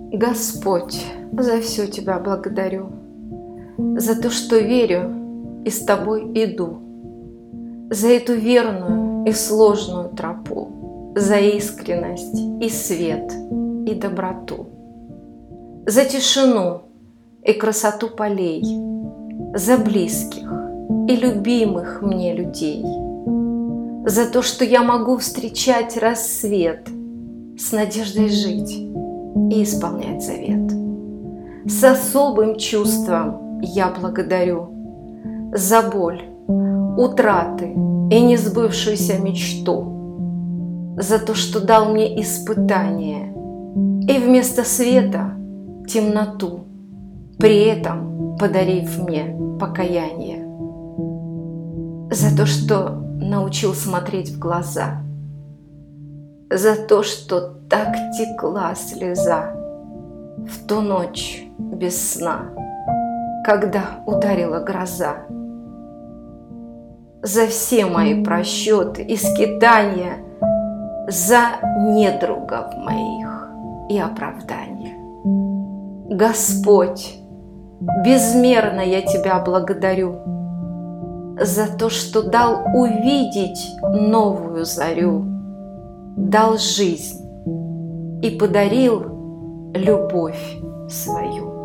Господь, за все Тебя благодарю, за то, что верю и с Тобой иду, за эту верную и сложную тропу, за искренность и свет и доброту, за тишину и красоту полей, за близких и любимых мне людей, за то, что я могу встречать рассвет, с надеждой жить и исполнять завет. С особым чувством я благодарю за боль, утраты и несбывшуюся мечту, за то, что дал мне испытание и вместо света темноту, при этом подарив мне покаяние, за то, что научил смотреть в глаза, за то, что так текла слеза в ту ночь без сна, когда ударила гроза, за все мои просчеты и скитания, за недругов моих и оправдания. Господь, безмерно я Тебя благодарю за то, что дал увидеть новую зарю, дал жизнь и подарил любовь свою.